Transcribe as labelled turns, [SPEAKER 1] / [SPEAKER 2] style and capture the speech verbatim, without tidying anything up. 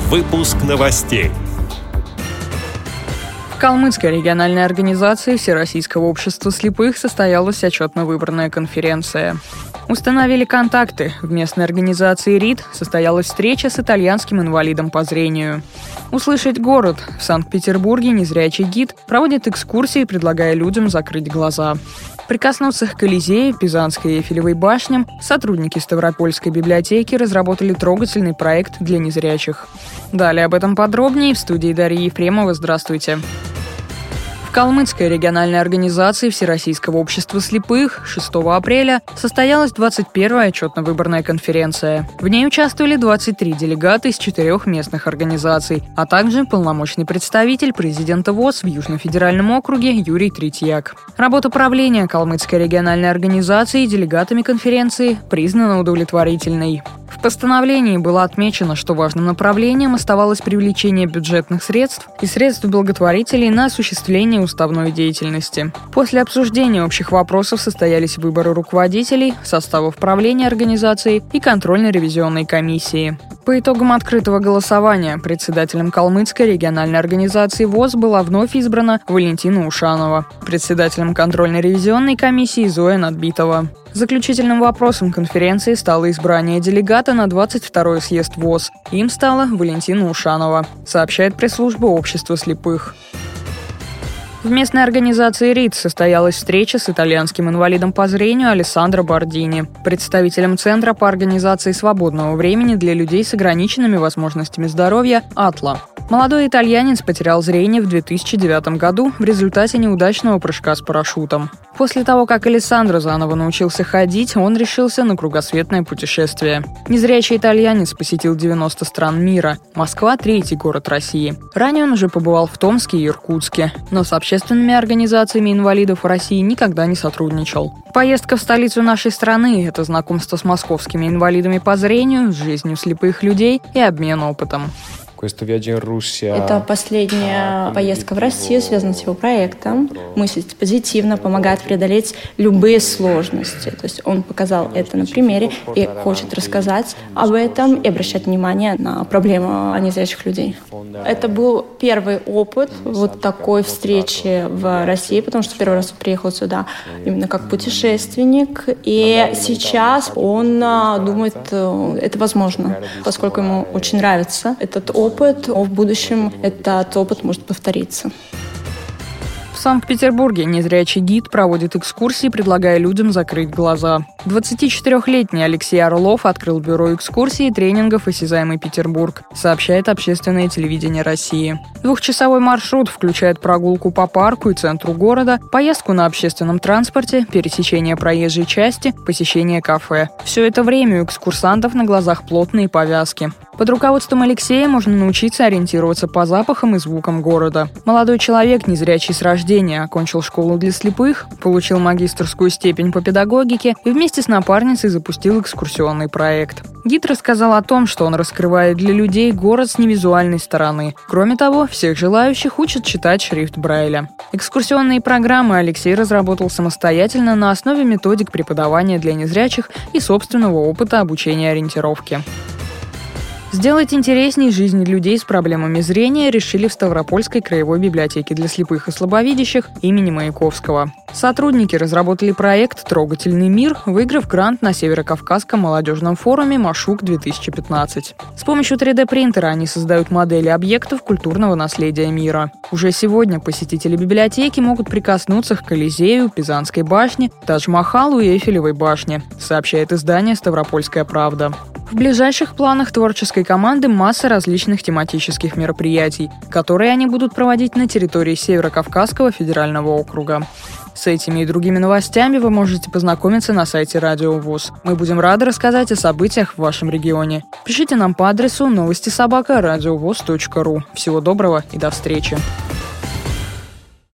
[SPEAKER 1] Выпуск новостей.
[SPEAKER 2] В Калмыцкой региональной организации Всероссийского общества слепых состоялась отчетно-выборная конференция. Установили контакты. В местной организации РИД состоялась встреча с итальянским инвалидом по зрению. Услышать город. В Санкт-Петербурге незрячий гид проводит экскурсии, предлагая людям закрыть глаза. Прикоснуться к Колизею, Пизанской и Эйфелевой башням сотрудники Ставропольской библиотеки разработали трогательный проект для незрячих. Далее об этом подробнее в студии Дарьи Ефремова. Здравствуйте. В Калмыцкой региональной организации Всероссийского общества слепых шестого апреля состоялась двадцать первая отчетно-выборная конференция. В ней участвовали двадцать три делегата из четырех местных организаций, а также полномочный представитель президента ВОС в Южном федеральном округе Юрий Третьяк. Работа правления Калмыцкой региональной организации делегатами конференции признана удовлетворительной. В постановлении было отмечено, что важным направлением оставалось привлечение бюджетных средств и средств благотворителей на осуществление уставной деятельности. После обсуждения общих вопросов состоялись выборы руководителей, составов правления организации и контрольно-ревизионной комиссии. По итогам открытого голосования председателем Калмыцкой региональной организации ВОС была вновь избрана Валентина Ушанова, председателем контрольно-ревизионной комиссии Зоя Надбитова. Заключительным вопросом конференции стало избрание делегата на двадцать второй съезд ВОС. Им стала Валентина Ушанова, сообщает пресс-служба общества слепых. В местной организации РИД состоялась встреча с итальянским инвалидом по зрению Алессандро Бардини, представителем Центра по организации свободного времени для людей с ограниченными возможностями здоровья «АТЛА». Молодой итальянец потерял зрение в две тысячи девятом году в результате неудачного прыжка с парашютом. После того, как Алессандро заново научился ходить, он решился на кругосветное путешествие. Незрячий итальянец посетил девяносто стран мира. Москва – третий город России. Ранее он уже побывал в Томске и Иркутске, но с общественными организациями инвалидов в России никогда не сотрудничал. Поездка в столицу нашей страны – это знакомство с московскими инвалидами по зрению, с жизнью слепых людей и обмен опытом.
[SPEAKER 3] Это последняя поездка в Россию, связанная с его проектом. Мыслить позитивно помогает преодолеть любые сложности. То есть он показал это на примере и хочет рассказать об этом и обращать внимание на проблему незрячих людей. Это был первый опыт вот такой встречи в России, потому что первый раз он приехал сюда именно как путешественник. И сейчас он думает, это возможно, поскольку ему очень нравится этот опыт. Опыт, в будущем этот опыт может повториться.
[SPEAKER 2] В Санкт-Петербурге незрячий гид проводит экскурсии, предлагая людям закрыть глаза. двадцатичетырёхлетний Алексей Орлов открыл бюро экскурсий и тренингов «Осязаемый Петербург», сообщает общественное телевидение России. Двухчасовой маршрут включает прогулку по парку и центру города, поездку на общественном транспорте, пересечение проезжей части, посещение кафе. Все это время у экскурсантов на глазах плотные повязки. Под руководством Алексея можно научиться ориентироваться по запахам и звукам города. Молодой человек, незрячий с рождения, окончил школу для слепых, получил магистерскую степень по педагогике и вместе с напарницей запустил экскурсионный проект. Гид рассказал о том, что он раскрывает для людей город с невизуальной стороны. Кроме того, всех желающих учат читать шрифт Брайля. Экскурсионные программы Алексей разработал самостоятельно на основе методик преподавания для незрячих и собственного опыта обучения ориентировки. Сделать интересней жизнь людей с проблемами зрения решили в Ставропольской краевой библиотеке для слепых и слабовидящих имени Маяковского. Сотрудники разработали проект «Трогательный мир», выиграв грант на Северокавказском молодежном форуме «Машук-две тысячи пятнадцать». С помощью три дэ-принтера они создают модели объектов культурного наследия мира. Уже сегодня посетители библиотеки могут прикоснуться к Колизею, Пизанской башне, Тадж-Махалу и Эйфелевой башне, сообщает издание «Ставропольская правда». В ближайших планах творческой команды масса различных тематических мероприятий, которые они будут проводить на территории Северокавказского федерального округа. С этими и другими новостями вы можете познакомиться на сайте Радио ВОС. Мы будем рады рассказать о событиях в вашем регионе. Пишите нам по адресу новости собака радиовос точка ру. Всего доброго и до встречи.